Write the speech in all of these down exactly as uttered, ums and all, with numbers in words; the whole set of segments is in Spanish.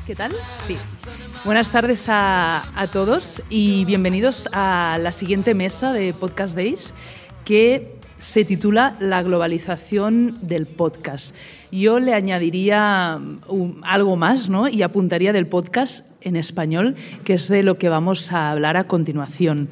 ¿Qué tal? Sí. Buenas tardes a, a todos y bienvenidos a la siguiente mesa de Podcast Days que se titula La globalización del podcast. Yo le añadiría un, algo más, ¿no? Y apuntaría del podcast en español, que es de lo que vamos a hablar a continuación.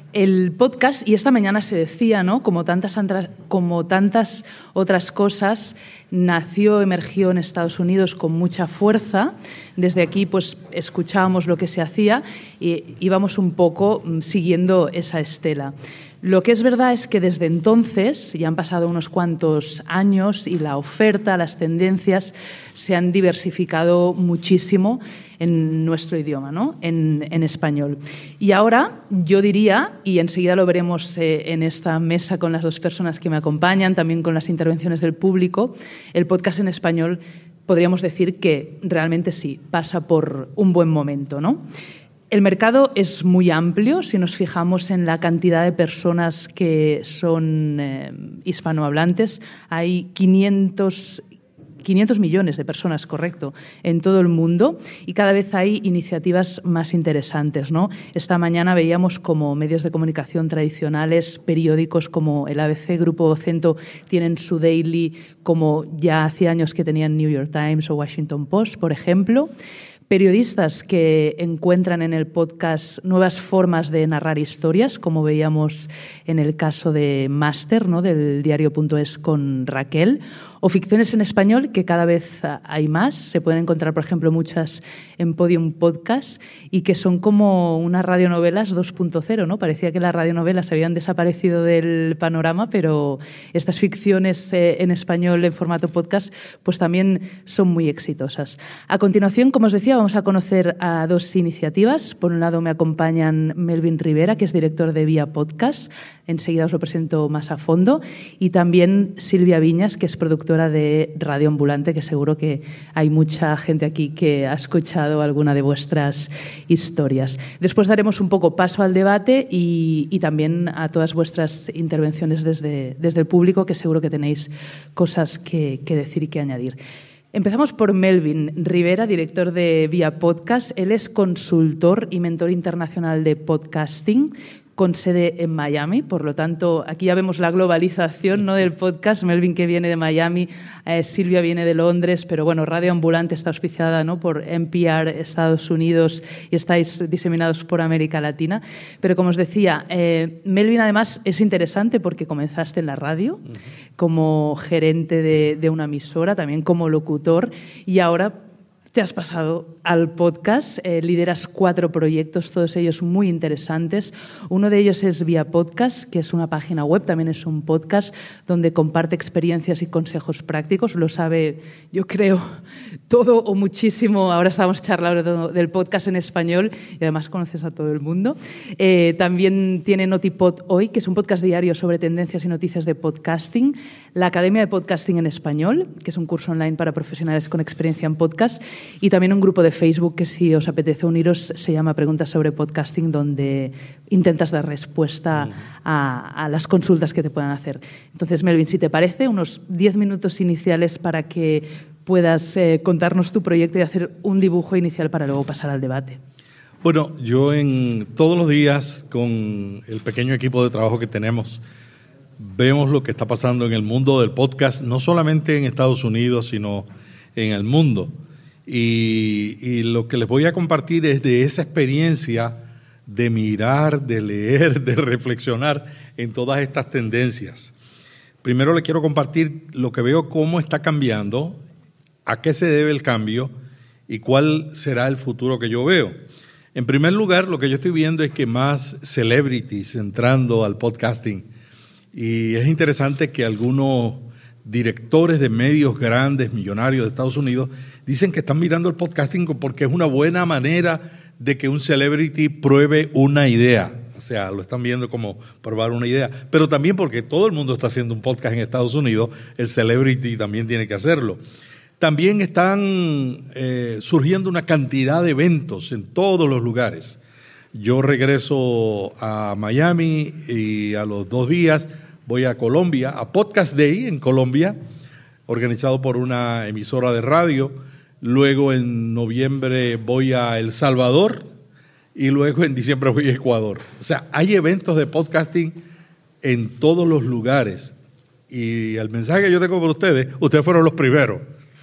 El podcast, y esta mañana se decía, ¿no? Como tantas, como tantas otras cosas, nació, emergió en Estados Unidos con mucha fuerza. Desde aquí, pues, escuchábamos lo que se hacía y íbamos un poco siguiendo esa estela. Lo que es verdad es que desde entonces, ya han pasado unos cuantos años y la oferta, las tendencias se han diversificado muchísimo en nuestro idioma, ¿no? en, en español. Y ahora yo diría, y enseguida lo veremos eh, en esta mesa con las dos personas que me acompañan, también con las intervenciones del público, el podcast en español podríamos decir que realmente sí, pasa por un buen momento, ¿no? El mercado es muy amplio, si nos fijamos en la cantidad de personas que son eh, hispanohablantes. Hay quinientos, quinientos millones de personas, correcto, en todo el mundo y cada vez hay iniciativas más interesantes, ¿no? Esta mañana veíamos como medios de comunicación tradicionales, periódicos como el A B C, Grupo Vocento, tienen su daily, como ya hace años que tenían New York Times o Washington Post, por ejemplo. Periodistas que encuentran en el podcast nuevas formas de narrar historias, como veíamos en el caso de Máster, ¿no? Del diario.es con Raquel, o ficciones en español, que cada vez hay más. Se pueden encontrar, por ejemplo, muchas en Podium Podcast y que son como unas radionovelas dos punto cero, ¿no? Parecía que las radionovelas habían desaparecido del panorama, pero estas ficciones eh, en español en formato podcast pues también son muy exitosas. A continuación, como os decía, vamos a conocer a dos iniciativas. Por un lado me acompañan Melvin Rivera, que es director de Vía Podcast. Enseguida os lo presento más a fondo. Y también Silvia Viñas, que es productora de Radio Ambulante, que seguro que hay mucha gente aquí que ha escuchado alguna de vuestras historias. Después daremos un poco paso al debate y, y también a todas vuestras intervenciones desde, desde el público, que seguro que tenéis cosas que, que decir y que añadir. Empezamos por Melvin Rivera, director de Vía Podcast. Él es consultor y mentor internacional de podcasting, con sede en Miami, por lo tanto, aquí ya vemos la globalización, ¿no? del podcast. Melvin, que viene de Miami, eh, Silvia viene de Londres, pero bueno, Radio Ambulante está auspiciada, ¿no? por N P R Estados Unidos y estáis diseminados por América Latina. Pero como os decía, eh, Melvin además es interesante porque comenzaste en la radio uh-huh. como gerente de, de una emisora, también como locutor, y ahora te has pasado al podcast, eh, lideras cuatro proyectos, todos ellos muy interesantes. Uno de ellos es Vía Podcast, que es una página web, también es un podcast donde comparte experiencias y consejos prácticos. Lo sabe, yo creo, todo o muchísimo. Ahora estamos charlando del podcast en español y además conoces a todo el mundo. Eh, también tiene Notipod Hoy, que es un podcast diario sobre tendencias y noticias de podcasting. La Academia de Podcasting en Español, que es un curso online para profesionales con experiencia en podcast. Y también un grupo de Facebook que, si os apetece uniros, se llama Preguntas sobre Podcasting, donde intentas dar respuesta a, a las consultas que te puedan hacer. Entonces, Melvin, si te parece, unos diez minutos iniciales para que puedas eh, contarnos tu proyecto y hacer un dibujo inicial para luego pasar al debate. Bueno, yo en todos los días con el pequeño equipo de trabajo que tenemos, vemos lo que está pasando en el mundo del podcast, no solamente en Estados Unidos, sino en el mundo. Y, y lo que les voy a compartir es de esa experiencia de mirar, de leer, de reflexionar en todas estas tendencias. Primero le quiero compartir lo que veo, cómo está cambiando, a qué se debe el cambio y cuál será el futuro que yo veo. En primer lugar, lo que yo estoy viendo es que más celebrities entrando al podcasting, y es interesante que algunos directores de medios grandes, millonarios de Estados Unidos, dicen que están mirando el podcasting porque es una buena manera de que un celebrity pruebe una idea. O sea, lo están viendo como probar una idea. Pero también porque todo el mundo está haciendo un podcast en Estados Unidos, el celebrity también tiene que hacerlo. También están eh, surgiendo una cantidad de eventos en todos los lugares. Yo regreso a Miami y a los dos días voy a Colombia, a Podcast Day en Colombia, organizado por una emisora de radio, luego en noviembre voy a El Salvador y luego en diciembre voy a Ecuador. O sea, hay eventos de podcasting en todos los lugares. Y el mensaje que yo tengo para ustedes, ustedes fueron los primeros.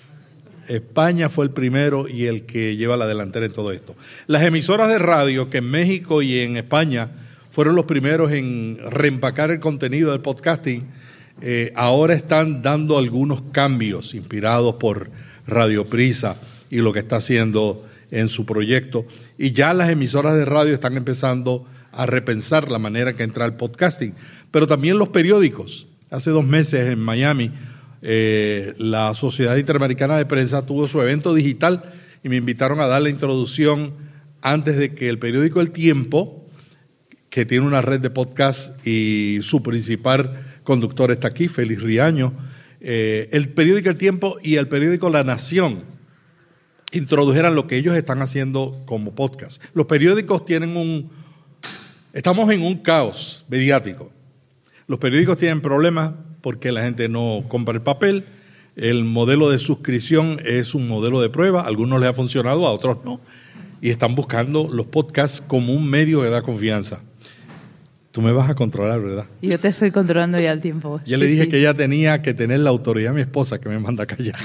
España fue el primero y el que lleva la delantera en todo esto. Las emisoras de radio que en México y en España fueron los primeros en reempacar el contenido del podcasting, eh, ahora están dando algunos cambios inspirados por Radio Prisa y lo que está haciendo en su proyecto. Y ya las emisoras de radio están empezando a repensar la manera en que entra el podcasting. Pero también los periódicos. Hace dos meses en Miami, eh, la Sociedad Interamericana de Prensa tuvo su evento digital y me invitaron a dar la introducción antes de que el periódico El Tiempo, que tiene una red de podcast y su principal conductor está aquí, Félix Riaño, eh, el periódico El Tiempo y el periódico La Nación introdujeran lo que ellos están haciendo como podcast. Los periódicos tienen un... Estamos en un caos mediático. Los periódicos tienen problemas porque la gente no compra el papel. El modelo de suscripción es un modelo de prueba. A algunos les ha funcionado, a otros no. Y están buscando los podcasts como un medio que da confianza. Tú me vas a controlar, ¿verdad? Yo te estoy controlando ya el tiempo. Ya sí, le dije sí. que ella tenía que tener la autoridad a mi esposa que me manda a callar.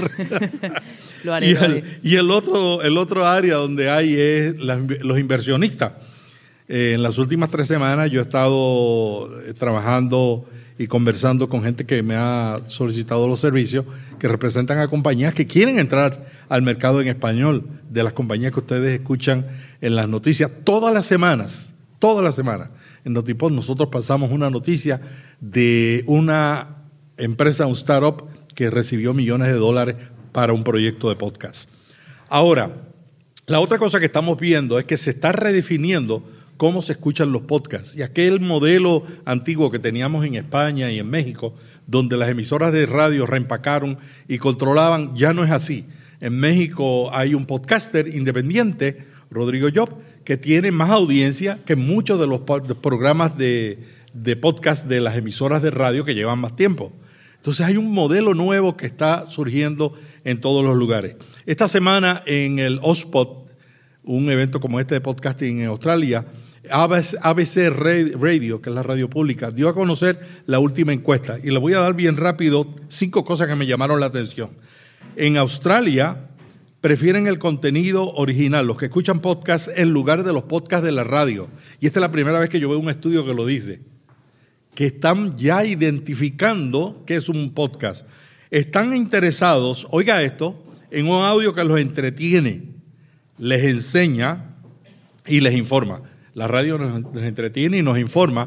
Lo haré, y lo haré. el, y el otro, el otro área donde hay es las, los inversionistas. Eh, en las últimas tres semanas yo he estado trabajando y conversando con gente que me ha solicitado los servicios, que representan a compañías que quieren entrar al mercado en español, de las compañías que ustedes escuchan en las noticias todas las semanas, todas las semanas. En Notipod nosotros pasamos una noticia de una empresa, un startup, que recibió millones de dólares para un proyecto de podcast. Ahora, la otra cosa que estamos viendo es que se está redefiniendo cómo se escuchan los podcasts. Y aquel modelo antiguo que teníamos en España y en México, donde las emisoras de radio reempacaron y controlaban, ya no es así. En México hay un podcaster independiente, Rodrigo Job, que tiene más audiencia que muchos de los programas de, de podcast de las emisoras de radio que llevan más tiempo. Entonces hay un modelo nuevo que está surgiendo en todos los lugares. Esta semana en el OSPOD, un evento como este de podcasting en Australia, A B C Radio, que es la radio pública, dio a conocer la última encuesta. Y le voy a dar bien rápido cinco cosas que me llamaron la atención. En Australia prefieren el contenido original, los que escuchan podcasts, en lugar de los podcasts de la radio. Y esta es la primera vez que yo veo un estudio que lo dice, que están ya identificando qué es un podcast. Están interesados, oiga esto, en un audio que los entretiene, les enseña y les informa. La radio nos, nos entretiene y nos informa,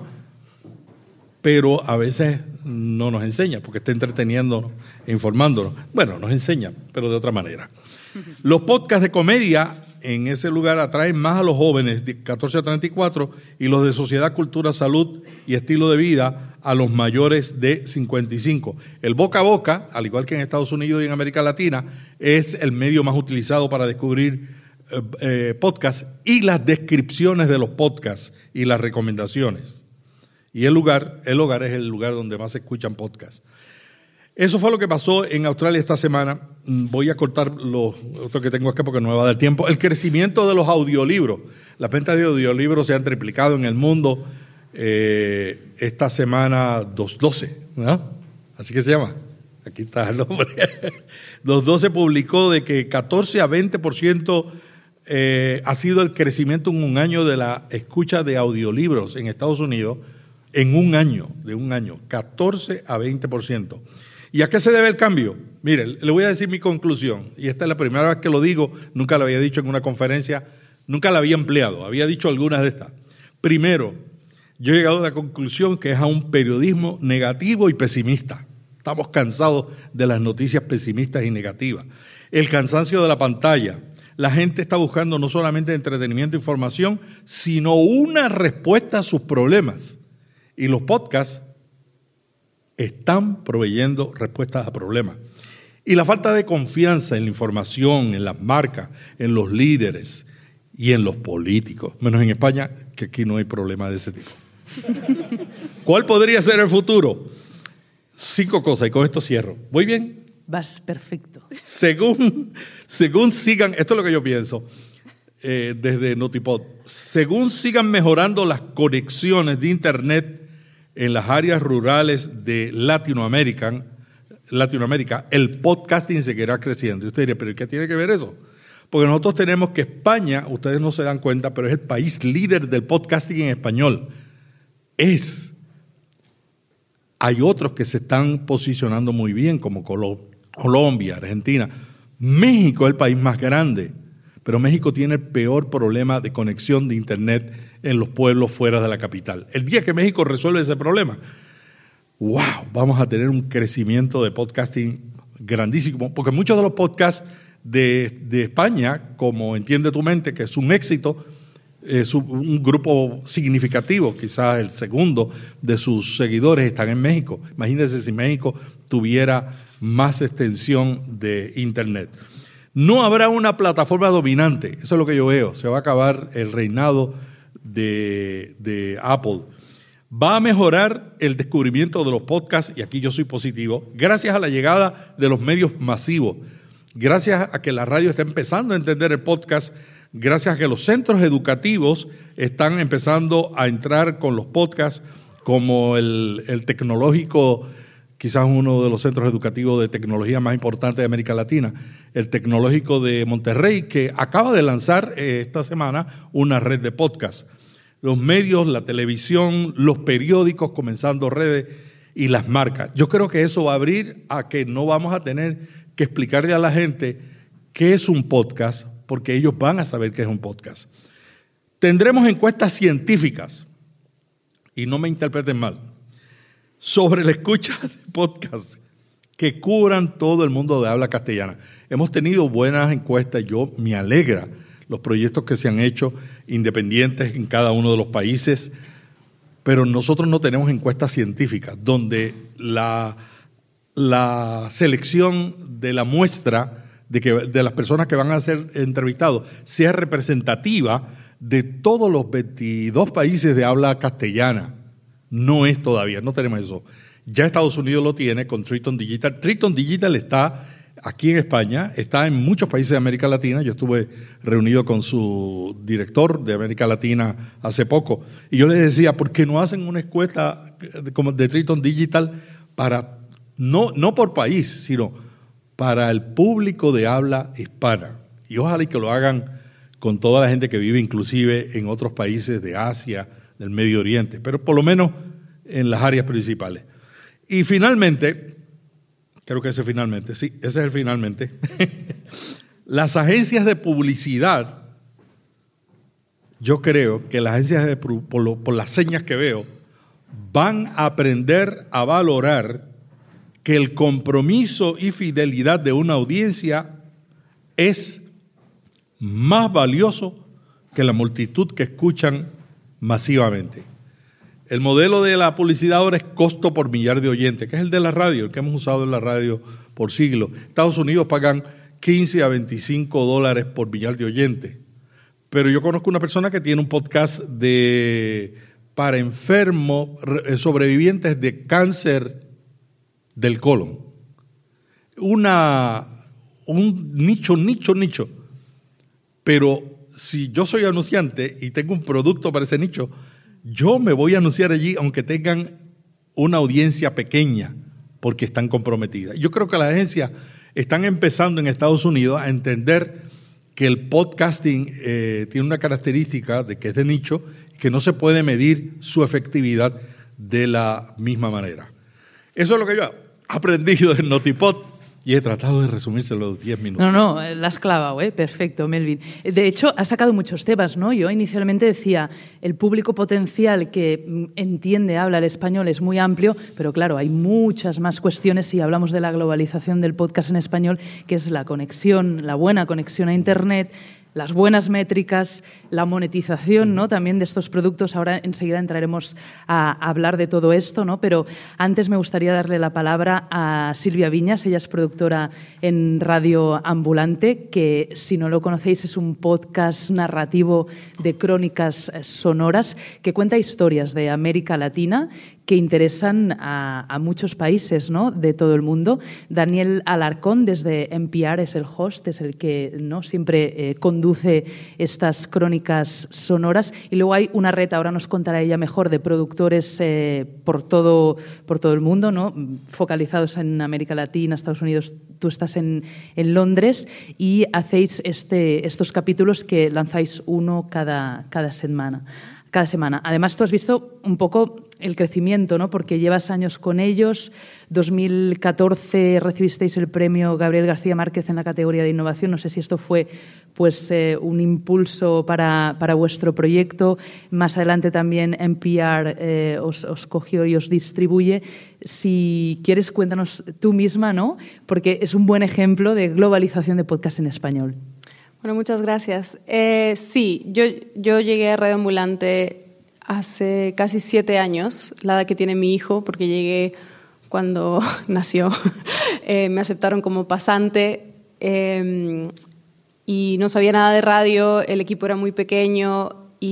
pero a veces no nos enseña, porque está entreteniéndonos e informándonos. Bueno, nos enseña, pero de otra manera. Los podcasts de comedia en ese lugar atraen más a los jóvenes de catorce a treinta y cuatro y los de sociedad, cultura, salud y estilo de vida a los mayores de cincuenta y cinco. El boca a boca, al igual que en Estados Unidos y en América Latina, es el medio más utilizado para descubrir eh, eh, podcasts y las descripciones de los podcasts y las recomendaciones. Y el lugar, el hogar es el lugar donde más se escuchan podcasts. Eso fue lo que pasó en Australia esta semana. Voy a cortar lo otro que tengo acá porque no me va a dar tiempo. El crecimiento de los audiolibros. Las ventas de audiolibros se han triplicado en el mundo. Eh, esta semana dos doce, ¿no? Así que se llama. Aquí está el nombre. dos doce publicó de que catorce a veinte por ciento eh, ha sido el crecimiento en un año de la escucha de audiolibros en Estados Unidos. En un año, de un año, catorce a veinte por ciento. ¿Y a qué se debe el cambio? Mire, le voy a decir mi conclusión, y esta es la primera vez que lo digo, nunca la había dicho en una conferencia, nunca la había empleado, había dicho algunas de estas. Primero, yo he llegado a la conclusión que es a un periodismo negativo y pesimista. Estamos cansados de las noticias pesimistas y negativas. El cansancio de la pantalla. La gente está buscando no solamente entretenimiento e información, sino una respuesta a sus problemas. Y los podcasts están proveyendo respuestas a problemas. Y la falta de confianza en la información, en las marcas, en los líderes y en los políticos, menos en España, que aquí no hay problema de ese tipo. ¿Cuál podría ser el futuro? Cinco cosas, y con esto cierro. ¿Voy bien? vas perfecto. Según, según sigan, esto es lo que yo pienso, eh, desde Notipod, según sigan mejorando las conexiones de Internet en las áreas rurales de Latinoamérica, Latinoamérica, el podcasting seguirá creciendo. Y usted diría, ¿pero qué tiene que ver eso? Porque nosotros tenemos que España, ustedes no se dan cuenta, pero es el país líder del podcasting en español. Es. Hay otros que se están posicionando muy bien, como Colombia, Argentina. México es el país más grande, pero México tiene el peor problema de conexión de Internet en los pueblos fuera de la capital. El día que México resuelve ese problema, wow, vamos a tener un crecimiento de podcasting grandísimo, porque muchos de los podcasts de, de España, como Entiende tu Mente, que es un éxito, es un grupo significativo, quizás el segundo de sus seguidores están en México. Imagínense si México tuviera más extensión de Internet. No habrá una plataforma dominante, eso es lo que yo veo, se va a acabar el reinado de, de Apple. Va a mejorar el descubrimiento de los podcasts, y aquí yo soy positivo, gracias a la llegada de los medios masivos, gracias a que la radio está empezando a entender el podcast, gracias a que los centros educativos están empezando a entrar con los podcasts, como el, el tecnológico, quizás uno de los centros educativos de tecnología más importantes de América Latina, el tecnológico de Monterrey, que acaba de lanzar eh, esta semana una red de podcasts. Los medios, la televisión, los periódicos, comenzando redes y las marcas. Yo creo que eso va a abrir a que no vamos a tener que explicarle a la gente qué es un podcast, porque ellos van a saber qué es un podcast. Tendremos encuestas científicas, y no me interpreten mal, sobre la escucha de podcasts que cubran todo el mundo de habla castellana. Hemos tenido buenas encuestas, yo me alegra los proyectos que se han hecho independientes en cada uno de los países, pero nosotros no tenemos encuestas científicas donde la, la selección de la muestra de, que, de las personas que van a ser entrevistados sea representativa de todos los veintidós países de habla castellana. No es todavía, no tenemos eso. Ya Estados Unidos lo tiene con Triton Digital. Triton Digital está aquí en España, está en muchos países de América Latina. Yo estuve reunido con su director de América Latina hace poco y yo les decía, ¿por qué no hacen una encuesta como de Triton Digital para, no, no por país, sino para el público de habla hispana? Y ojalá y que lo hagan con toda la gente que vive inclusive en otros países de Asia, del Medio Oriente, pero por lo menos en las áreas principales. Y finalmente, creo que ese finalmente, sí, ese es el finalmente, las agencias de publicidad, yo creo que las agencias, de, por, lo, por las señas que veo, van a aprender a valorar que el compromiso y fidelidad de una audiencia es más valioso que la multitud que escuchan masivamente. El modelo de la publicidad ahora es costo por millar de oyentes, que es el de la radio, el que hemos usado en la radio por siglos. Estados Unidos pagan quince a veinticinco dólares por millar de oyentes. Pero yo conozco una persona que tiene un podcast de para enfermos, sobrevivientes de cáncer del colon. Una, un nicho, nicho, nicho. Pero si yo soy anunciante y tengo un producto para ese nicho, yo me voy a anunciar allí aunque tengan una audiencia pequeña, porque están comprometidas. Yo creo que las agencias están empezando en Estados Unidos a entender que el podcasting eh, tiene una característica de que es de nicho y que no se puede medir su efectividad de la misma manera. Eso es lo que yo he aprendido en Notipod y he tratado de resumírselo en diez minutos. No, no, la has clavado, ¿eh? Perfecto, Melvin. De hecho, has sacado muchos temas, ¿no? Yo inicialmente decía, el público potencial que entiende, habla el español es muy amplio, pero claro, hay muchas más cuestiones si hablamos de la globalización del podcast en español, que es la conexión, la buena conexión a Internet, las buenas métricas, la monetización, ¿no? También de estos productos. Ahora enseguida entraremos a hablar de todo esto, ¿no? Pero antes me gustaría darle la palabra a Silvia Viñas. Ella es productora en Radio Ambulante, que si no lo conocéis es un podcast narrativo de crónicas sonoras que cuenta historias de América Latina, que interesan a, a muchos países, ¿no?, de todo el mundo. Daniel Alarcón, desde N P R, es el host, es el que, ¿no?, siempre eh, conduce estas crónicas sonoras. Y luego hay una red, ahora nos contará ella mejor, de productores eh, por, todo, por todo el mundo, ¿no?, focalizados en América Latina, Estados Unidos. Tú estás en, en Londres y hacéis este, estos capítulos que lanzáis uno cada, cada semana. Cada semana. Además, tú has visto un poco el crecimiento, ¿no?, porque llevas años con ellos. dos mil catorce recibisteis el premio Gabriel García Márquez en la categoría de innovación. No sé si esto fue pues, eh, un impulso para, para vuestro proyecto. Más adelante también N P R eh, os, os cogió y os distribuye. Si quieres, cuéntanos tú misma, ¿no?, porque es un buen ejemplo de globalización de podcast en español. Bueno, muchas gracias. Eh, sí, yo, yo llegué a Radio Ambulante hace casi siete años, la edad que tiene mi hijo, porque llegué cuando nació. eh, me aceptaron como pasante eh, y no sabía nada de radio, el equipo era muy pequeño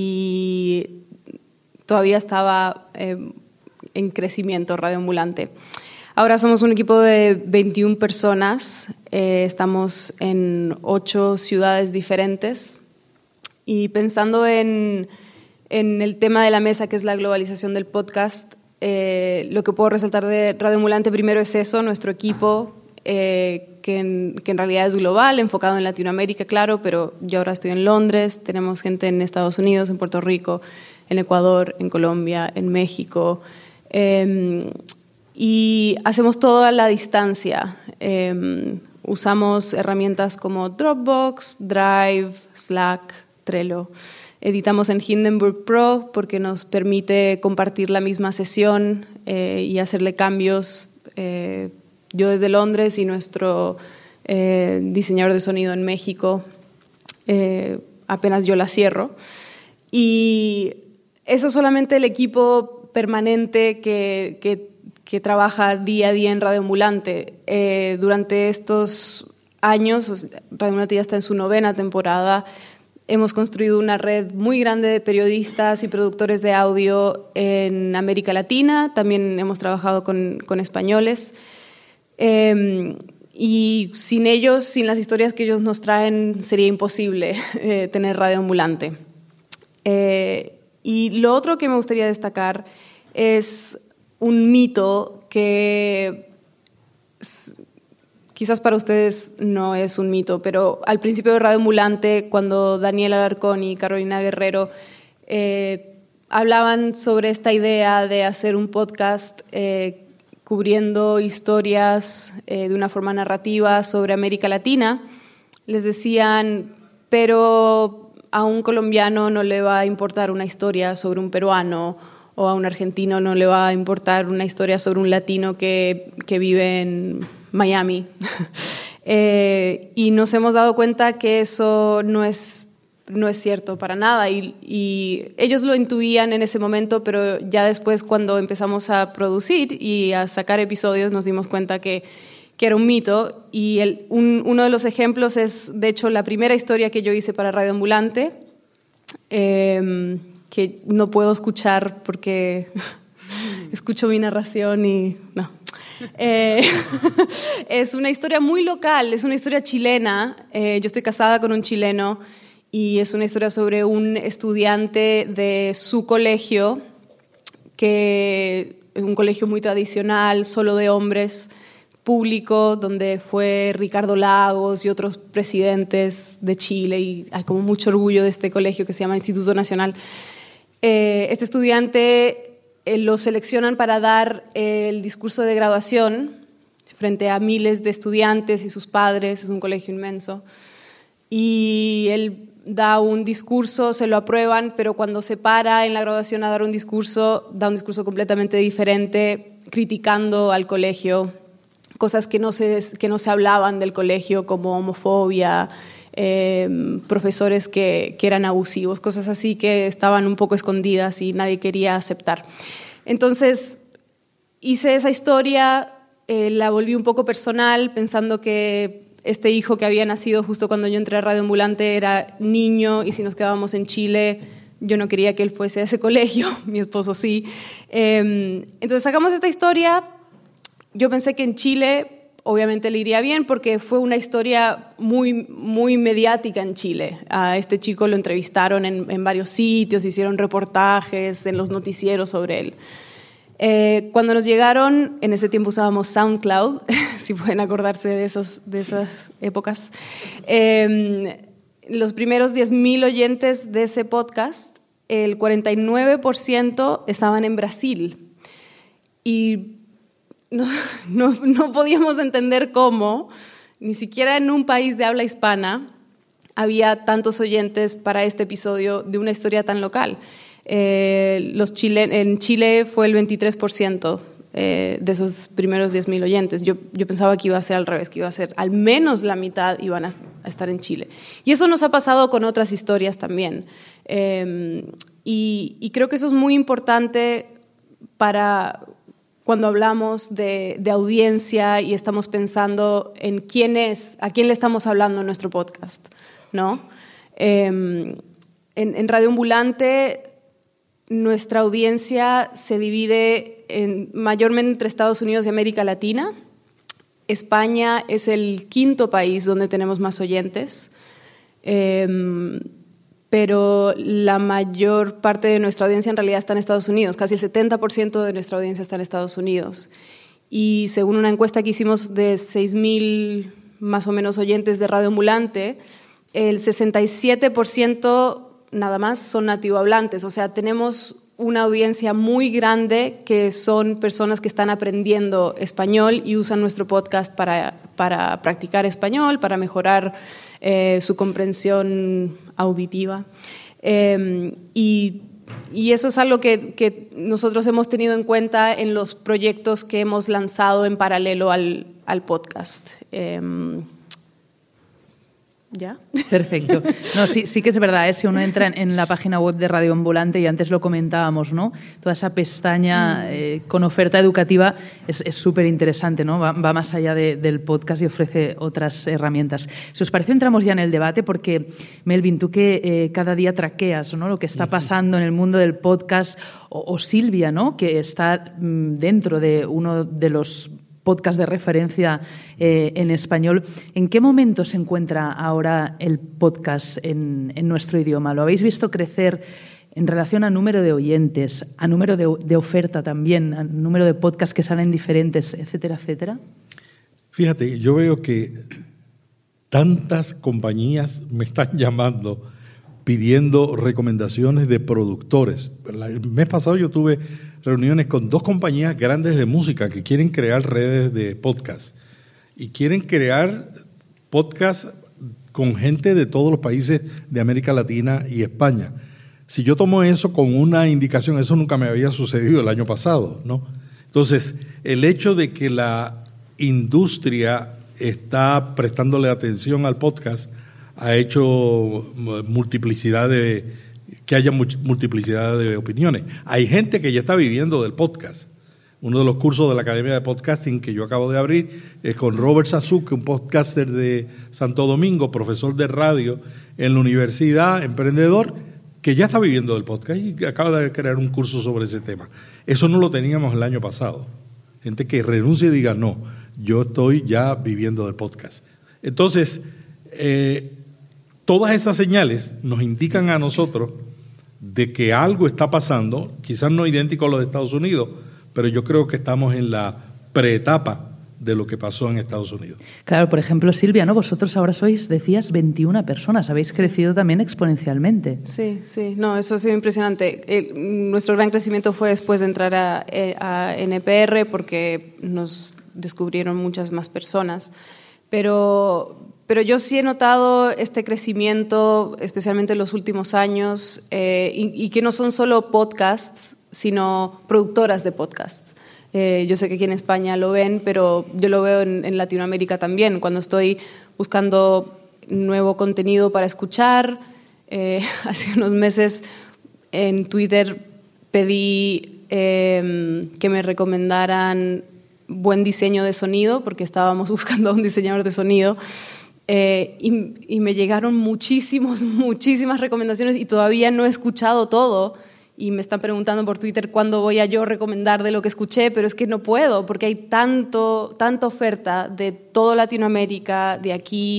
y todavía estaba eh, en crecimiento Radio Ambulante. Ahora somos un equipo de veintiuna personas, eh, estamos en ocho ciudades diferentes y pensando en, en el tema de la mesa, que es la globalización del podcast, eh, lo que puedo resaltar de Radio Ambulante primero es eso, nuestro equipo, eh, que, en, que en realidad es global, enfocado en Latinoamérica, claro, pero yo ahora estoy en Londres, tenemos gente en Estados Unidos, en Puerto Rico, en Ecuador, en Colombia, en México. Eh, Y hacemos todo a la distancia. Eh, usamos herramientas como Dropbox, Drive, Slack, Trello. Editamos en Hindenburg Pro porque nos permite compartir la misma sesión eh, y hacerle cambios. Eh, yo desde Londres y nuestro eh, diseñador de sonido en México, eh, apenas yo la cierro. Y eso solamente el equipo permanente que... que que trabaja día a día en Radio Ambulante. Eh, durante estos años, Radio Ambulante ya está en su novena temporada, hemos construido una red muy grande de periodistas y productores de audio en América Latina, también hemos trabajado con, con españoles, eh, y sin ellos, sin las historias que ellos nos traen, sería imposible eh, tener Radio Ambulante. Eh, y lo otro que me gustaría destacar es un mito que quizás para ustedes no es un mito, pero al principio de Radio Ambulante, cuando Daniel Alarcón y Carolina Guerrero eh, hablaban sobre esta idea de hacer un podcast eh, cubriendo historias eh, de una forma narrativa sobre América Latina, les decían, pero a un colombiano no le va a importar una historia sobre un peruano, o a un argentino no le va a importar una historia sobre un latino que, que vive en Miami. eh, y nos hemos dado cuenta que eso no es, no es cierto para nada. Y, y ellos lo intuían en ese momento, pero ya después, cuando empezamos a producir y a sacar episodios, nos dimos cuenta que, que era un mito. Y el, un, uno de los ejemplos es, de hecho, la primera historia que yo hice para Radio Ambulante, eh, que no puedo escuchar porque escucho mi narración y no. Eh, es una historia muy local, es una historia chilena. Eh, yo estoy casada con un chileno y es una historia sobre un estudiante de su colegio, que es un colegio muy tradicional, solo de hombres, público, donde fue Ricardo Lagos y otros presidentes de Chile, y hay como mucho orgullo de este colegio que se llama Instituto Nacional. Eh, este estudiante eh, lo seleccionan para dar eh, el discurso de graduación frente a miles de estudiantes y sus padres, es un colegio inmenso, y él da un discurso, se lo aprueban, pero cuando se para en la graduación a dar un discurso, da un discurso completamente diferente, criticando al colegio, cosas que no se, que no se hablaban del colegio, como homofobia, Eh, profesores que, que eran abusivos, cosas así que estaban un poco escondidas y nadie quería aceptar. Entonces hice esa historia, eh, la volví un poco personal, pensando que este hijo que había nacido justo cuando yo entré a Radio Ambulante era niño, y si nos quedábamos en Chile yo no quería que él fuese a ese colegio, mi esposo sí. Eh, entonces sacamos esta historia. Yo pensé que en Chile obviamente le iría bien porque fue una historia muy, muy mediática en Chile. A este chico lo entrevistaron en, en varios sitios, hicieron reportajes en los noticieros sobre él. Eh, cuando nos llegaron, en ese tiempo usábamos SoundCloud, si pueden acordarse de, esos, de esas épocas, eh, los primeros diez mil oyentes de ese podcast, el cuarenta y nueve por ciento estaban en Brasil. Y no, no, no podíamos entender cómo, ni siquiera en un país de habla hispana, había tantos oyentes para este episodio de una historia tan local. Eh, los Chile, en Chile fue el veintitrés por ciento eh, de esos primeros diez mil oyentes. Yo, yo pensaba que iba a ser al revés, que iba a ser al menos la mitad iban a, a estar en Chile. Y eso nos ha pasado con otras historias también. Eh, y, y creo que eso es muy importante para cuando hablamos de, de audiencia y estamos pensando en quién es, a quién le estamos hablando en nuestro podcast, ¿no? Eh, en, en Radio Ambulante nuestra audiencia se divide en, mayormente entre Estados Unidos y América Latina. España es el quinto país donde tenemos más oyentes, eh, pero la mayor parte de nuestra audiencia en realidad está en Estados Unidos. Casi el setenta por ciento de nuestra audiencia está en Estados Unidos. Y según una encuesta que hicimos de seis mil más o menos oyentes de Radio Ambulante, el sesenta y siete por ciento nada más son nativohablantes. O sea, tenemos una audiencia muy grande que son personas que están aprendiendo español y usan nuestro podcast para, para practicar español, para mejorar eh, su comprensión auditiva. Eh, y, y eso es algo que, que nosotros hemos tenido en cuenta en los proyectos que hemos lanzado en paralelo al, al podcast. Eh, ¿Ya? Perfecto. No, sí, sí que es verdad, ¿eh? Si uno entra en, en la página web de Radio Ambulante, y antes lo comentábamos, ¿no? Toda esa pestaña eh, con oferta educativa es súper interesante, ¿no? Va, va más allá de, del podcast y ofrece otras herramientas. Si os parece, entramos ya en el debate porque, Melvin, tú que eh, cada día traqueas, ¿no?, lo que está pasando en el mundo del podcast, o, o Silvia, ¿no?, que está mm, dentro de uno de los podcast de referencia eh, en español. ¿En qué momento se encuentra ahora el podcast en, en nuestro idioma? ¿Lo habéis visto crecer en relación a número de oyentes, a número de, de oferta también, a número de podcasts que salen diferentes, etcétera, etcétera? Fíjate, yo veo que tantas compañías me están llamando pidiendo recomendaciones de productores. El mes pasado yo tuve reuniones con dos compañías grandes de música que quieren crear redes de podcast y quieren crear podcast con gente de todos los países de América Latina y España. Si yo tomo eso con una indicación, eso nunca me había sucedido el año pasado, ¿no? Entonces, el hecho de que la industria está prestándole atención al podcast ha hecho multiplicidad de que haya multiplicidad de opiniones. Hay gente que ya está viviendo del podcast. Uno de los cursos de la Academia de Podcasting que yo acabo de abrir es con Robert Sasuke, un podcaster de Santo Domingo, profesor de radio en la universidad, emprendedor, que ya está viviendo del podcast y acaba de crear un curso sobre ese tema. Eso no lo teníamos el año pasado. Gente que renuncia y diga, no, yo estoy ya viviendo del podcast. Entonces, eh, todas esas señales nos indican a nosotros de que algo está pasando, quizás no idéntico a lo de Estados Unidos, pero yo creo que estamos en la preetapa de lo que pasó en Estados Unidos. Claro, por ejemplo, Silvia, ¿no? Vosotros ahora sois, decías, veintiuna personas, habéis sí. crecido también exponencialmente. Sí, sí, no, eso ha sido impresionante. El, nuestro gran crecimiento fue después de entrar a, a N P R porque nos descubrieron muchas más personas, pero... Pero yo sí he notado este crecimiento, especialmente en los últimos años, eh, y, y que no son solo podcasts, sino productoras de podcasts. Eh, yo sé que aquí en España lo ven, pero yo lo veo en, en Latinoamérica también. Cuando estoy buscando nuevo contenido para escuchar, eh, hace unos meses en Twitter pedí eh, que me recomendaran buen diseño de sonido, porque estábamos buscando a un diseñador de sonido. Eh, y, y me llegaron muchísimos, muchísimas recomendaciones y todavía no he escuchado todo. Y me están preguntando por Twitter cuándo voy a yo recomendar de lo que escuché, pero es que no puedo porque hay tanto, tanta oferta de toda Latinoamérica, de aquí,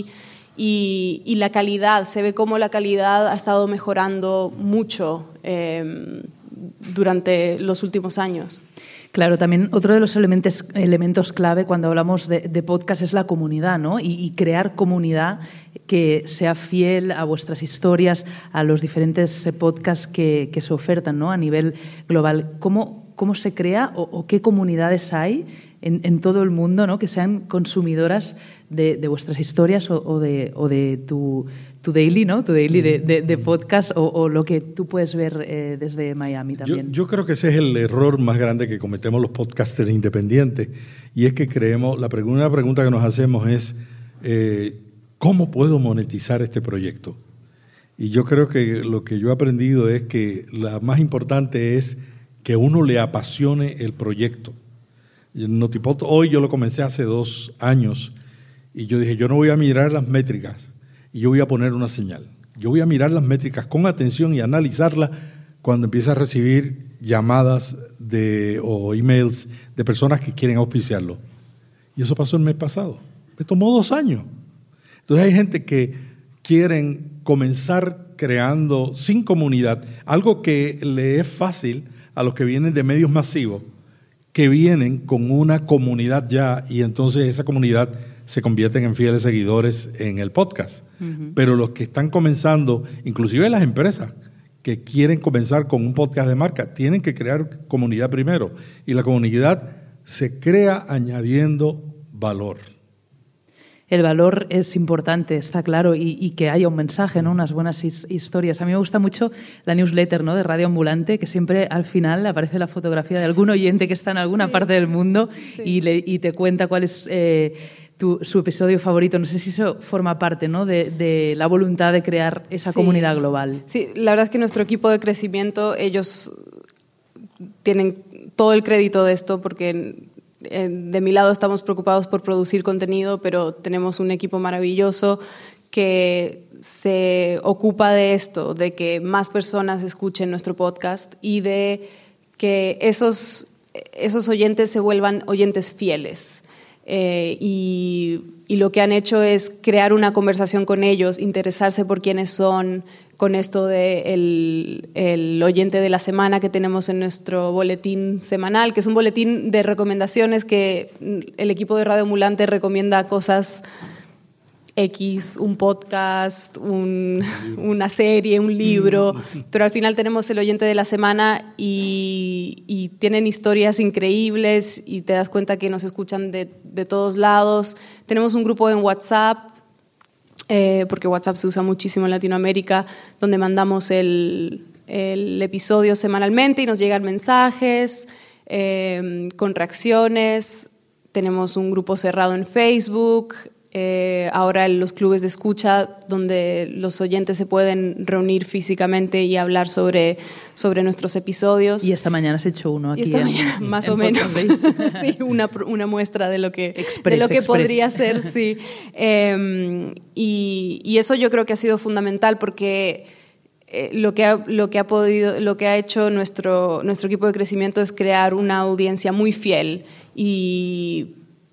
y, y la calidad, se ve como la calidad ha estado mejorando mucho eh, durante los últimos años. Claro, también otro de los elementos, elementos clave cuando hablamos de, de podcast es la comunidad, ¿no? Y, y crear comunidad que sea fiel a vuestras historias, a los diferentes podcasts que, que se ofertan, ¿no? A nivel global. ¿Cómo, cómo se crea o, o qué comunidades hay en, en todo el mundo, ¿no? Que sean consumidoras de, de vuestras historias o, o de, o de tu, tu daily, ¿no? Tu daily de, de, de podcast o, o lo que tú puedes ver eh, desde Miami también. Yo, yo creo que ese es el error más grande que cometemos los podcasters independientes, y es que creemos, la primera pregunta que nos hacemos es eh, ¿cómo puedo monetizar este proyecto? Y yo creo que lo que yo he aprendido es que la más importante es que uno le apasione el proyecto. El Notipod hoy yo lo comencé hace dos años y yo dije, yo no voy a mirar las métricas y yo voy a poner una señal. Yo voy a mirar las métricas con atención y analizarlas cuando empiece a recibir llamadas de, o emails de personas que quieren auspiciarlo. Y eso pasó el mes pasado. Me tomó dos años. Entonces hay gente que quieren comenzar creando sin comunidad, algo que le es fácil a los que vienen de medios masivos, que vienen con una comunidad ya, y entonces esa comunidad se convierten en fieles seguidores en el podcast. Uh-huh. Pero los que están comenzando, inclusive las empresas que quieren comenzar con un podcast de marca, tienen que crear comunidad primero. Y la comunidad se crea añadiendo valor. El valor es importante, está claro, y, y que haya un mensaje, ¿no? Unas buenas his, historias. A mí me gusta mucho la newsletter, ¿no? De Radio Ambulante, que siempre al final aparece la fotografía de algún oyente que está en alguna sí. parte del mundo sí. y, le, y te cuenta cuál es eh, tu, su episodio favorito. No sé si eso forma parte, ¿no? de, de la voluntad de crear esa sí. comunidad global. Sí, la verdad es que nuestro equipo de crecimiento, ellos tienen todo el crédito de esto porque de mi lado estamos preocupados por producir contenido, pero tenemos un equipo maravilloso que se ocupa de esto, de que más personas escuchen nuestro podcast y de que esos, esos oyentes se vuelvan oyentes fieles. Eh, y, y lo que han hecho es crear una conversación con ellos, interesarse por quiénes son, con esto de el, el oyente de la semana que tenemos en nuestro boletín semanal, que es un boletín de recomendaciones que el equipo de Radio Ambulante recomienda cosas X, un podcast, un, una serie, un libro, pero al final tenemos el oyente de la semana y, y tienen historias increíbles y te das cuenta que nos escuchan de, de todos lados. Tenemos un grupo en WhatsApp, Eh, porque WhatsApp se usa muchísimo en Latinoamérica, donde mandamos el, el episodio semanalmente y nos llegan mensajes eh, con reacciones. Tenemos un grupo cerrado en Facebook, eh, ahora en los clubes de escucha, donde los oyentes se pueden reunir físicamente y hablar sobre, sobre nuestros episodios. Y esta mañana has hecho uno aquí. Y esta en, mañana, más en o menos, sí, una, una muestra de lo que, Express, de lo que Express. podría ser, sí. Eh, y, y eso yo creo que ha sido fundamental porque eh, lo, que ha, lo, que ha podido, lo que ha hecho nuestro, nuestro equipo de crecimiento es crear una audiencia muy fiel y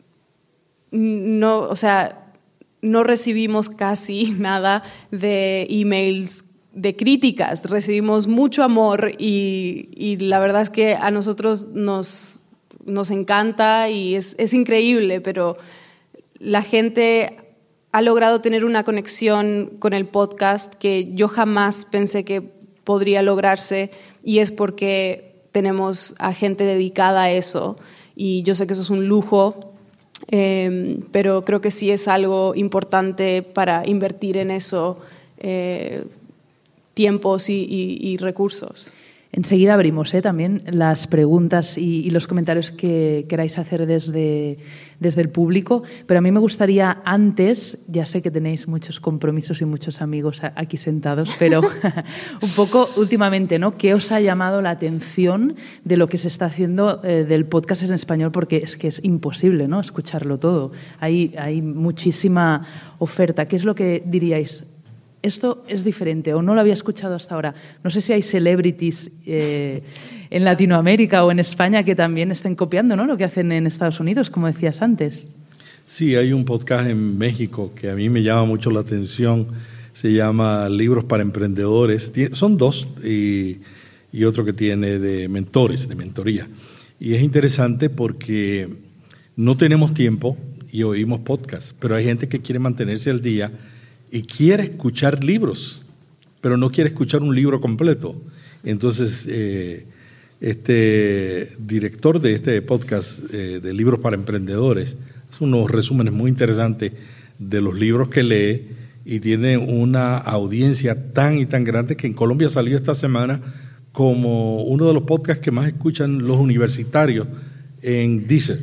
no, o sea, no recibimos casi nada de emails de críticas, recibimos mucho amor y, y la verdad es que a nosotros nos, nos encanta y es, es increíble, pero la gente ha logrado tener una conexión con el podcast que yo jamás pensé que podría lograrse y es porque tenemos a gente dedicada a eso y yo sé que eso es un lujo. Eh, pero creo que sí es algo importante para invertir en eso eh, tiempos y, y, y recursos. Enseguida abrimos ¿eh? también las preguntas y, y los comentarios que queráis hacer desde, desde el público, pero a mí me gustaría antes, ya sé que tenéis muchos compromisos y muchos amigos aquí sentados, pero un poco últimamente, ¿no? ¿Qué os ha llamado la atención de lo que se está haciendo eh, del podcast en español? Porque es que es imposible, ¿no? Escucharlo todo. Hay, hay muchísima oferta. ¿Qué es lo que diríais? Esto es diferente o no lo había escuchado hasta ahora. No sé si hay celebrities eh, en Latinoamérica o en España que también estén copiando, ¿no?, lo que hacen en Estados Unidos, como decías antes. Sí, hay un podcast en México que a mí me llama mucho la atención. Se llama Libros para Emprendedores. Son dos y, y otro que tiene de mentores, de mentoría. Y es interesante porque no tenemos tiempo y oímos podcasts, pero hay gente que quiere mantenerse al día y quiere escuchar libros, pero no quiere escuchar un libro completo. Entonces, eh, este director de este podcast eh, de Libros para Emprendedores hace unos resúmenes muy interesantes de los libros que lee y tiene una audiencia tan y tan grande que en Colombia salió esta semana como uno de los podcasts que más escuchan los universitarios en Deezer.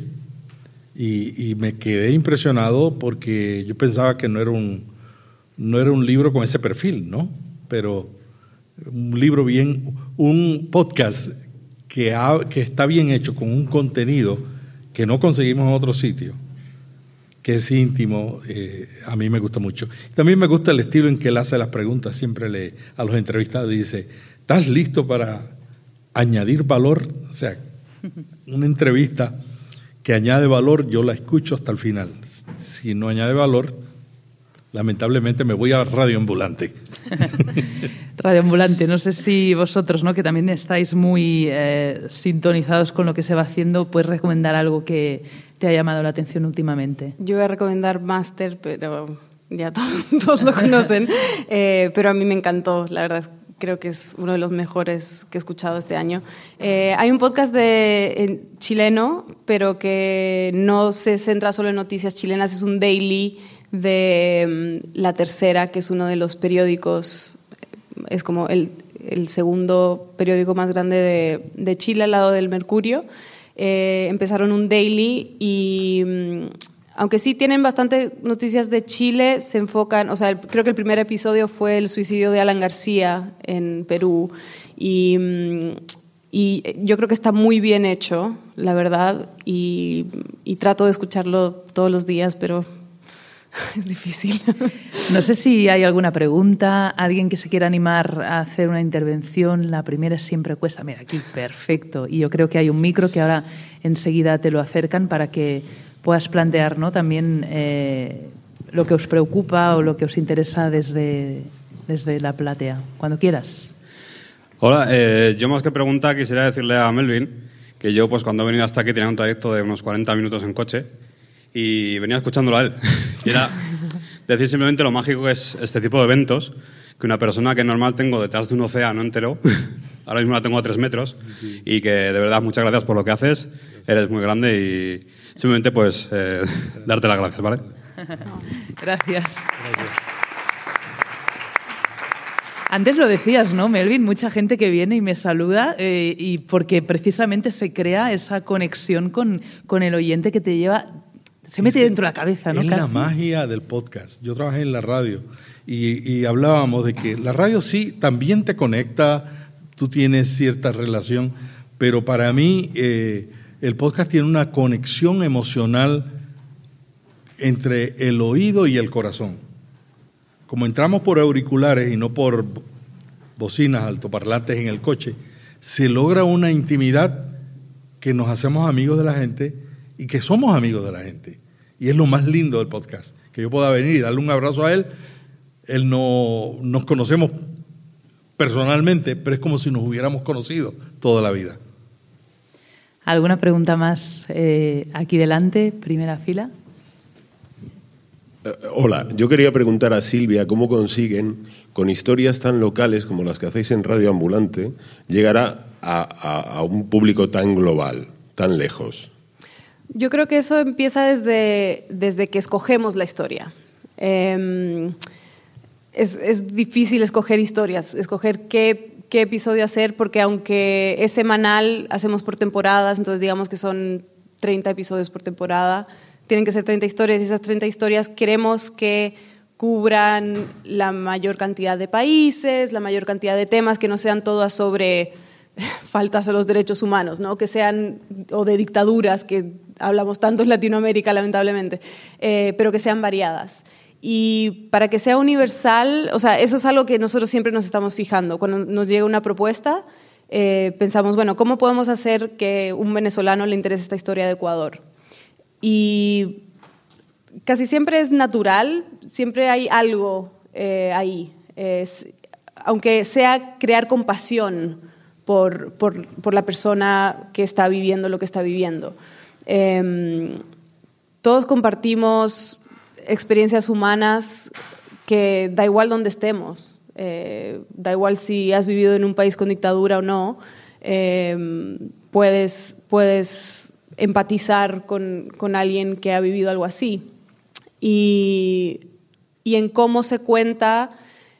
Y, y me quedé impresionado porque yo pensaba que no era un No era un libro con ese perfil, ¿no? Pero un libro bien, un podcast que, ha, que está bien hecho con un contenido que no conseguimos en otro sitio, que es íntimo, eh, a mí me gusta mucho. También me gusta el estilo en que él hace las preguntas, siempre le, a los entrevistados dice, ¿estás listo para añadir valor? O sea, una entrevista que añade valor, yo la escucho hasta el final. Si no añade valor, lamentablemente me voy a Radio Ambulante. Radio Ambulante, no sé si vosotros, ¿no?, que también estáis muy eh, sintonizados con lo que se va haciendo, puedes recomendar algo que te ha llamado la atención últimamente. Yo voy a recomendar Master, pero ya todos, todos lo conocen, eh, pero a mí me encantó, la verdad, creo que es uno de los mejores que he escuchado este año. Eh, hay un podcast de, eh, chileno, pero que no se centra solo en noticias chilenas, es un daily de La Tercera, que es uno de los periódicos, es como el, el segundo periódico más grande de, de Chile al lado del Mercurio. Eh, empezaron un daily y aunque sí tienen bastante noticias de Chile, se enfocan, o sea, el, creo que el primer episodio fue el suicidio de Alan García en Perú y, y yo creo que está muy bien hecho, la verdad, y, y trato de escucharlo todos los días, pero es difícil. No sé si hay alguna pregunta, alguien que se quiera animar a hacer una intervención. La primera siempre cuesta. Mira, aquí, perfecto. Y yo creo que hay un micro que ahora enseguida te lo acercan para que puedas plantear, ¿no?, también eh, lo que os preocupa o lo que os interesa desde, desde la platea. Cuando quieras. Hola, eh, yo más que pregunta quisiera decirle a Melvin que yo, pues cuando he venido hasta aquí tenía un trayecto de unos cuarenta minutos en coche y venía escuchándolo a él. Y era decir simplemente lo mágico que es este tipo de eventos, que una persona que normal tengo detrás de un océano entero, ahora mismo la tengo a tres metros, y que de verdad muchas gracias por lo que haces, eres muy grande y simplemente pues eh, darte las gracias, ¿vale? Gracias. Antes lo decías, ¿no, Melvin? Mucha gente que viene y me saluda eh, y porque precisamente se crea esa conexión con, con el oyente que te lleva... Se mete dentro de la cabeza, ¿no? Es Casi. la magia del podcast. Yo trabajé en la radio y, y hablábamos de que la radio sí también te conecta, tú tienes cierta relación, pero para mí eh, el podcast tiene una conexión emocional entre el oído y el corazón. Como entramos por auriculares y no por bocinas, altoparlantes en el coche, se logra una intimidad que nos hacemos amigos de la gente y que somos amigos de la gente. Y es lo más lindo del podcast, que yo pueda venir y darle un abrazo a él. Él no nos conocemos personalmente, pero es como si nos hubiéramos conocido toda la vida. ¿Alguna pregunta más eh, aquí delante, primera fila? Uh, hola, yo quería preguntar a Silvia cómo consiguen, con historias tan locales como las que hacéis en Radio Ambulante, llegar a, a, a un público tan global, tan lejos. Yo creo que eso empieza desde, desde que escogemos la historia. Eh, es, es difícil escoger historias, escoger qué qué episodio hacer, porque aunque es semanal, hacemos por temporadas, entonces digamos que son treinta episodios por temporada, tienen que ser treinta historias, y esas treinta historias queremos que cubran la mayor cantidad de países, la mayor cantidad de temas, que no sean todas sobre faltas a los derechos humanos, ¿no? Que sean, o de dictaduras, que hablamos tanto en Latinoamérica, lamentablemente, eh, pero que sean variadas. Y para que sea universal, o sea, eso es algo que nosotros siempre nos estamos fijando. Cuando nos llega una propuesta, eh, pensamos, bueno, ¿cómo podemos hacer que un venezolano le interese esta historia de Ecuador? Y casi siempre es natural, siempre hay algo eh, ahí. Es, aunque sea crear compasión por, por, por la persona que está viviendo lo que está viviendo. Eh, todos compartimos experiencias humanas que da igual donde estemos, eh, da igual si has vivido en un país con dictadura o no, eh, puedes, puedes empatizar con, con alguien que ha vivido algo así. Y, y en cómo se cuenta,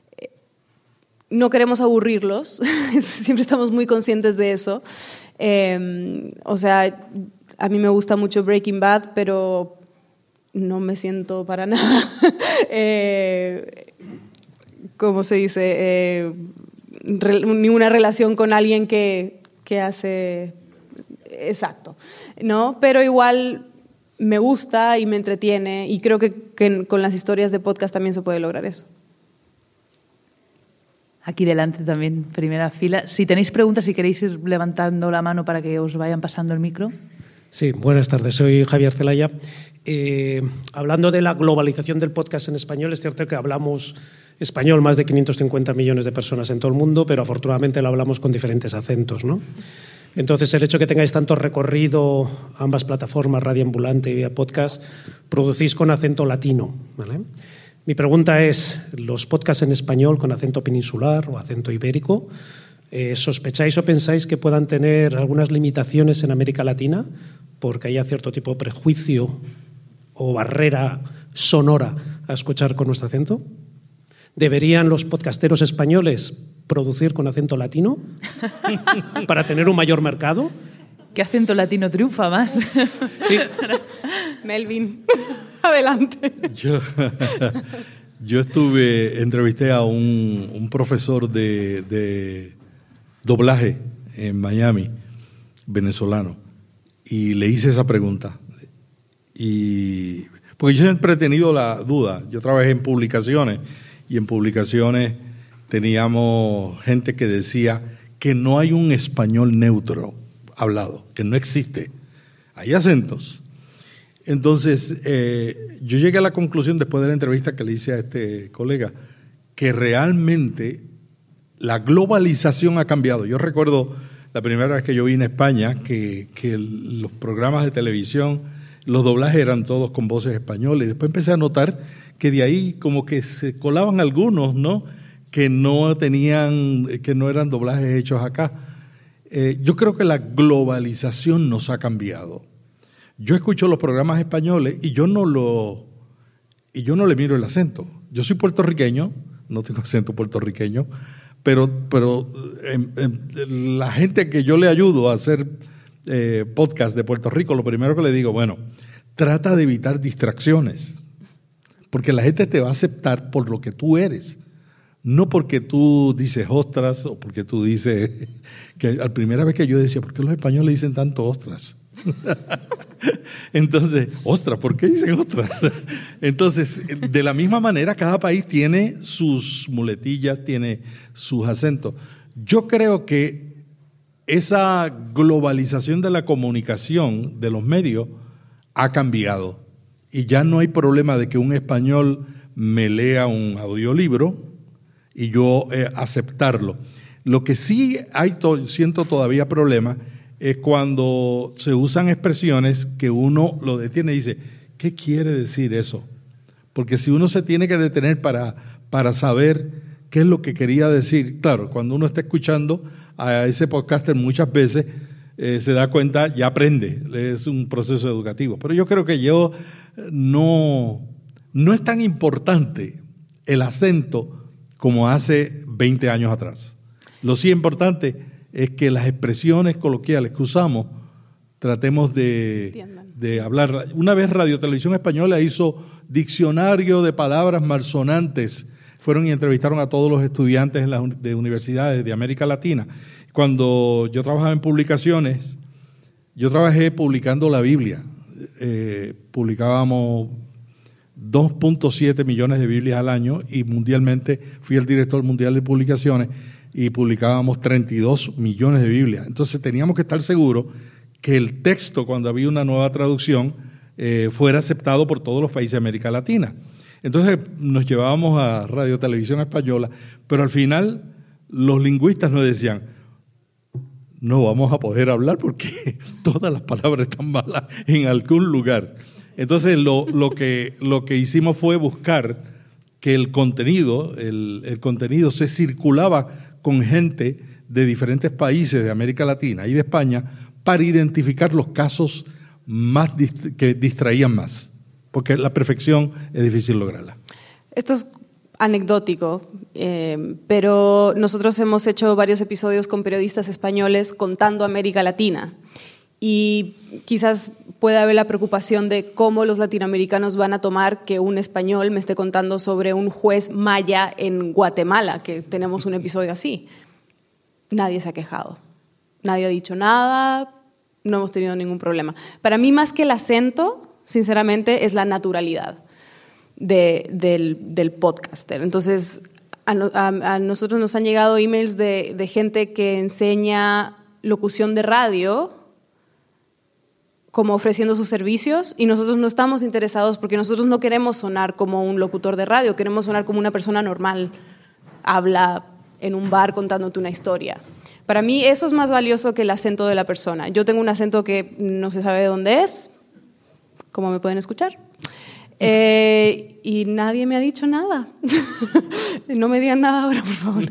no queremos aburrirlos, siempre estamos muy conscientes de eso. Eh, o sea, a mí me gusta mucho Breaking Bad, pero no me siento para nada, eh, ¿cómo se dice? Eh, re, ninguna relación con alguien que, que hace... Exacto, ¿no? Pero igual me gusta y me entretiene, y creo que, que con las historias de podcast también se puede lograr eso. Aquí delante también, primera fila. Si tenéis preguntas, si queréis ir levantando la mano para que os vayan pasando el micro. Sí, buenas tardes, soy Javier Zelaya. Eh, hablando de la globalización del podcast en español, es cierto que hablamos español más de quinientos cincuenta millones de personas en todo el mundo, pero afortunadamente lo hablamos con diferentes acentos, ¿no? Entonces, el hecho de que tengáis tanto recorrido, ambas plataformas, Radio Ambulante y vía podcast, producís con acento latino, ¿vale? Mi pregunta es, ¿los podcasts en español con acento peninsular o acento ibérico, eh, sospecháis o pensáis que puedan tener algunas limitaciones en América Latina porque haya cierto tipo de prejuicio o barrera sonora a escuchar con nuestro acento? ¿Deberían los podcasteros españoles producir con acento latino para tener un mayor mercado? ¿Qué acento latino triunfa más? Sí. Melvin, adelante. Yo, yo estuve, entrevisté a un, un profesor de, de doblaje en Miami, venezolano, y le hice esa pregunta. Y porque yo siempre he tenido la duda. Yo trabajé en publicaciones y en publicaciones teníamos gente que decía que no hay un español neutro hablado, que no existe. Hay acentos. Entonces, eh, yo llegué a la conclusión después de la entrevista que le hice a este colega que realmente la globalización ha cambiado. Yo recuerdo la primera vez que yo vine a España que, que los programas de televisión, los doblajes eran todos con voces españolas, y después empecé a notar que de ahí como que se colaban algunos, ¿no? Que no tenían, que no eran doblajes hechos acá. Eh, yo creo que la globalización nos ha cambiado. Yo escucho los programas españoles y yo no lo y yo no le miro el acento. Yo soy puertorriqueño, no tengo acento puertorriqueño, pero pero eh, eh, la gente que yo le ayudo a hacer eh, podcast de Puerto Rico, lo primero que le digo, bueno, trata de evitar distracciones, porque la gente te va a aceptar por lo que tú eres. No porque tú dices ostras o porque tú dices... que la primera vez que yo decía, ¿por qué los españoles dicen tanto ostras? Entonces, ostras, ¿por qué dicen ostras? Entonces, de la misma manera, cada país tiene sus muletillas, tiene sus acentos. Yo creo que esa globalización de la comunicación, de los medios, ha cambiado. Y ya no hay problema de que un español me lea un audiolibro y yo eh, aceptarlo. Lo que sí hay to- siento todavía problema es cuando se usan expresiones que uno lo detiene y dice, ¿qué quiere decir eso? Porque si uno se tiene que detener para, para saber qué es lo que quería decir, claro, cuando uno está escuchando a ese podcaster muchas veces eh, se da cuenta, ya aprende, es un proceso educativo. Pero yo creo que yo no, no es tan importante el acento como hace veinte años atrás. Lo sí importante es que las expresiones coloquiales que usamos tratemos de, de hablar. Una vez Radio Televisión Española hizo diccionario de palabras malsonantes. Fueron y entrevistaron a todos los estudiantes en las de universidades de América Latina. Cuando yo trabajaba en publicaciones, yo trabajé publicando la Biblia. Eh, publicábamos dos punto siete millones de Biblias al año y mundialmente fui el director mundial de publicaciones y publicábamos treinta y dos millones de Biblias. Entonces teníamos que estar seguros que el texto, cuando había una nueva traducción, eh, fuera aceptado por todos los países de América Latina. Entonces nos llevábamos a Radio Televisión Española, pero al final los lingüistas nos decían, no vamos a poder hablar porque todas las palabras están malas en algún lugar. Entonces lo, lo, que, lo que hicimos fue buscar que el contenido, el, el contenido se circulaba con gente de diferentes países de América Latina y de España para identificar los casos más dist- que distraían más, porque la perfección es difícil lograrla. Esto es anecdótico, eh, pero nosotros hemos hecho varios episodios con periodistas españoles contando América Latina y quizás pueda haber la preocupación de cómo los latinoamericanos van a tomar que un español me esté contando sobre un juez maya en Guatemala, que tenemos un episodio así. Nadie se ha quejado, nadie ha dicho nada, no hemos tenido ningún problema. Para mí, más que el acento, sinceramente, es la naturalidad de, del, del podcaster. Entonces, a, a, a nosotros nos han llegado emails de, de gente que enseña locución de radio como ofreciendo sus servicios y nosotros no estamos interesados porque nosotros no queremos sonar como un locutor de radio, queremos sonar como una persona normal, habla en un bar contándote una historia. Para mí eso es más valioso que el acento de la persona. Yo tengo un acento que no se sabe de dónde es, como me pueden escuchar, eh, y nadie me ha dicho nada. No me digan nada ahora, por favor.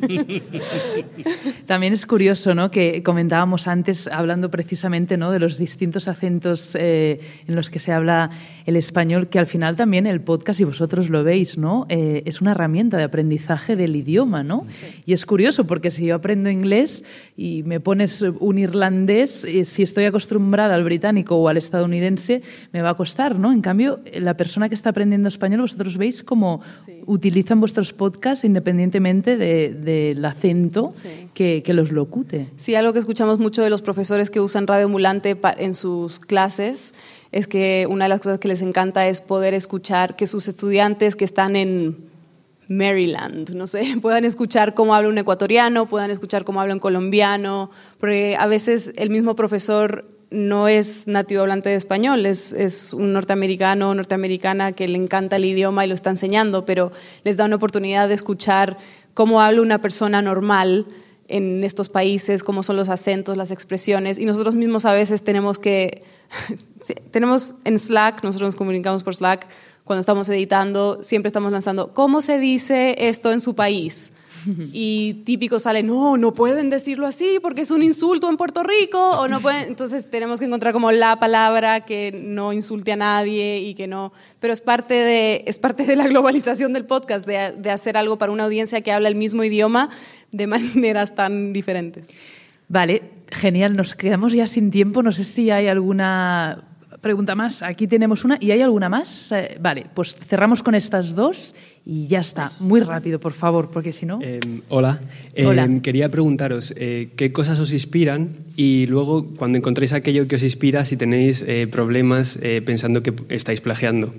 También es curioso, ¿no?, que comentábamos antes, hablando precisamente, ¿no?, de los distintos acentos eh, en los que se habla el español, que al final también el podcast, y vosotros lo veis, ¿no?, eh, es una herramienta de aprendizaje del idioma, ¿no? Sí. Y es curioso porque si yo aprendo inglés y me pones un irlandés, eh, si estoy acostumbrada al británico o al estadounidense, me va a costar, ¿no? En cambio, la persona que está aprendiendo español, vosotros veis cómo sí. utilizan vuestros podcasts independientemente de, del acento sí. que, que los locute. Sí, algo que escuchamos mucho de los profesores que usan Radio Ambulante en sus clases es que una de las cosas que les encanta es poder escuchar que sus estudiantes que están en Maryland, no sé, puedan escuchar cómo habla un ecuatoriano, puedan escuchar cómo habla un colombiano, porque a veces el mismo profesor no es nativo hablante de español, es, es un norteamericano o norteamericana que le encanta el idioma y lo está enseñando, pero les da una oportunidad de escuchar cómo habla una persona normal en estos países, cómo son los acentos, las expresiones, y nosotros mismos a veces tenemos que, tenemos en Slack, nosotros nos comunicamos por Slack, cuando estamos editando, siempre estamos lanzando, ¿cómo se dice esto en su país? Y típico sale, no, no pueden decirlo así porque es un insulto en Puerto Rico, o no pueden, entonces tenemos que encontrar como la palabra que no insulte a nadie y que no, pero es parte de, es parte de la globalización del podcast, de, de hacer algo para una audiencia que habla el mismo idioma de maneras tan diferentes. Vale, genial, nos quedamos ya sin tiempo, no sé si hay alguna pregunta más. Aquí tenemos una, ¿y hay alguna más? Eh, vale, pues cerramos con estas dos y ya está. Muy rápido, por favor, porque si no... Eh, hola. Eh, hola. Quería preguntaros eh, qué cosas os inspiran y luego, cuando encontréis aquello que os inspira, si tenéis eh, problemas eh, pensando que estáis plagiando.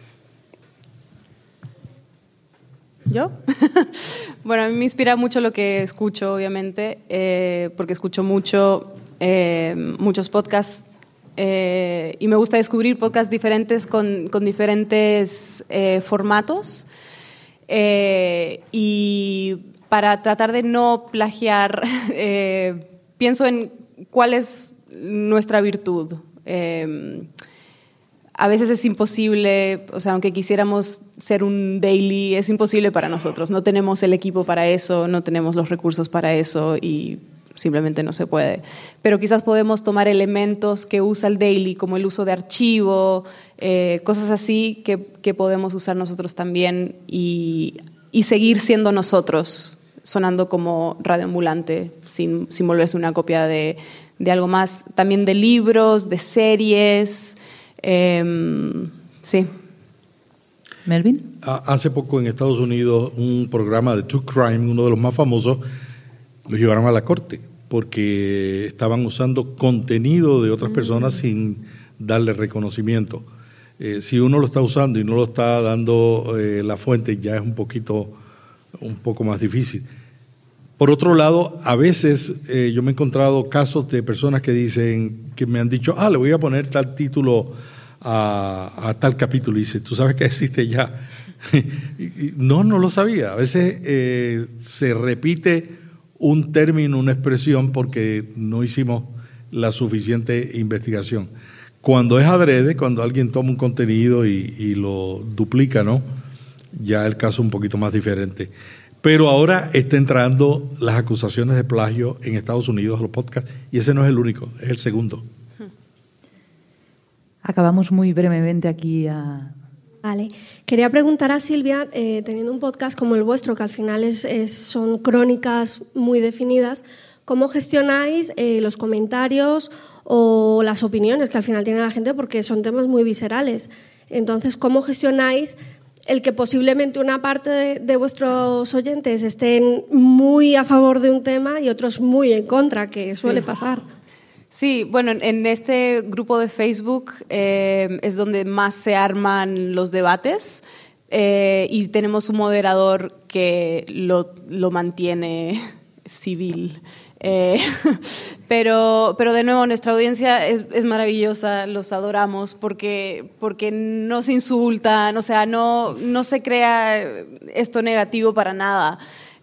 ¿Yo? Bueno, a mí me inspira mucho lo que escucho, obviamente, eh, porque escucho mucho, eh, muchos podcasts eh, y me gusta descubrir podcasts diferentes con, con diferentes eh, formatos eh, y para tratar de no plagiar, eh, pienso en cuál es nuestra virtud. Eh, A veces es imposible, o sea, aunque quisiéramos ser un daily, es imposible para nosotros. No tenemos el equipo para eso, no tenemos los recursos para eso y simplemente no se puede. Pero quizás podemos tomar elementos que usa el daily, como el uso de archivo, eh, cosas así que, que podemos usar nosotros también y, y seguir siendo nosotros sonando como radioambulante, sin, sin volverse una copia de, de algo más. También de libros, de series. Eh, sí. ¿Melvin? Hace poco en Estados Unidos un programa de True Crime, uno de los más famosos, lo llevaron a la corte porque estaban usando contenido de otras personas sin darle reconocimiento. Eh, si uno lo está usando y no lo está dando eh, la fuente, ya es un poquito, un poco más difícil. Por otro lado, a veces eh, yo me he encontrado casos de personas que dicen, que me han dicho, ah, le voy a poner tal título a, a tal capítulo. Y dice, ¿tú sabes que existe ya? y, y, no, no lo sabía. A veces eh, se repite un término, una expresión, porque no hicimos la suficiente investigación. Cuando es adrede, cuando alguien toma un contenido y, y lo duplica, ¿no? Ya el caso es un poquito más diferente. Pero ahora está entrando las acusaciones de plagio en Estados Unidos a los podcasts, y ese no es el único, es el segundo. Acabamos muy brevemente aquí a... Vale. Quería preguntar a Silvia, eh, teniendo un podcast como el vuestro, que al final es, es, son crónicas muy definidas, ¿cómo gestionáis eh, los comentarios o las opiniones que al final tiene la gente? Porque son temas muy viscerales. Entonces, ¿cómo gestionáis el que posiblemente una parte de, de vuestros oyentes estén muy a favor de un tema y otros muy en contra, que suele sí. pasar? Sí, bueno, en este grupo de Facebook eh, es donde más se arman los debates eh, y tenemos un moderador que lo, lo mantiene civil. Eh, pero, pero de nuevo, nuestra audiencia es, es maravillosa, los adoramos porque, porque no se insultan, o sea, no, no se crea esto negativo para nada.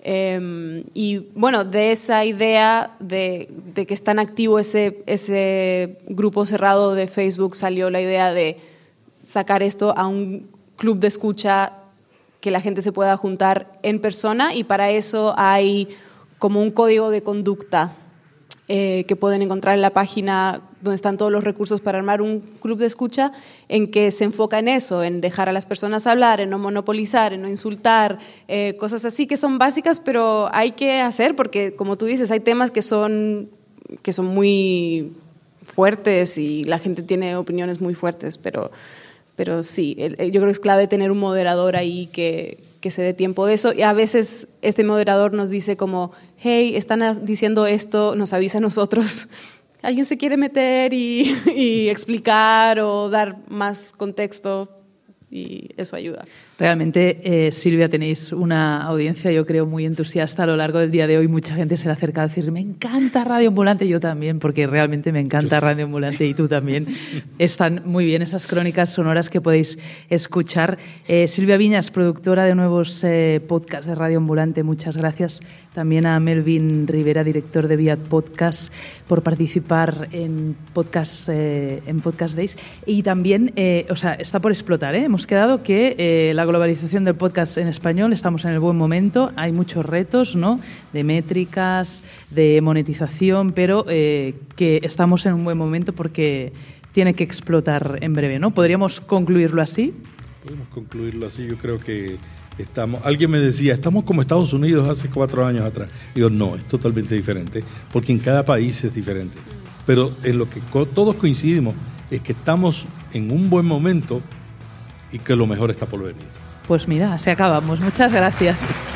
Eh, y bueno, de esa idea de, de que es tan activo ese, ese grupo cerrado de Facebook salió la idea de sacar esto a un club de escucha que la gente se pueda juntar en persona, y para eso hay como un código de conducta eh, que pueden encontrar en la página donde están todos los recursos para armar un club de escucha, en que se enfoca en eso, en dejar a las personas hablar, en no monopolizar, en no insultar, eh, cosas así que son básicas, pero hay que hacer porque, como tú dices, hay temas que son, que son muy fuertes y la gente tiene opiniones muy fuertes, pero, pero sí, el, yo creo que es clave tener un moderador ahí que, que se dé tiempo de eso, y a veces este moderador nos dice como, hey, están diciendo esto, nos avisa a nosotros. ¿Alguien se quiere meter y, y explicar o dar más contexto? Y eso ayuda. Realmente, eh, Silvia, tenéis una audiencia, yo creo, muy entusiasta a lo largo del día de hoy. Mucha gente se le ha acercado a decir, me encanta Radio Ambulante, yo también, porque realmente me encanta Radio Ambulante y tú también. Están muy bien esas crónicas sonoras que podéis escuchar. Eh, Silvia Viñas, productora de nuevos eh, podcasts de Radio Ambulante, muchas gracias. También a Melvin Rivera, director de Viat Podcast, por participar en Podcast, eh, en Podcast Days. Y también, eh, o sea, está por explotar, ¿eh? Hemos quedado que eh, la globalización del podcast en español, estamos en el buen momento, hay muchos retos, ¿no?, de métricas, de monetización, pero eh, que estamos en un buen momento porque tiene que explotar en breve, ¿no? ¿Podríamos concluirlo así? Podemos concluirlo así, yo creo que estamos, alguien me decía, estamos como Estados Unidos hace cuatro años atrás. Digo, no, es totalmente diferente, porque en cada país es diferente. Pero en lo que co- todos coincidimos es que estamos en un buen momento y que lo mejor está por venir. Pues mira, se acabamos. Muchas gracias.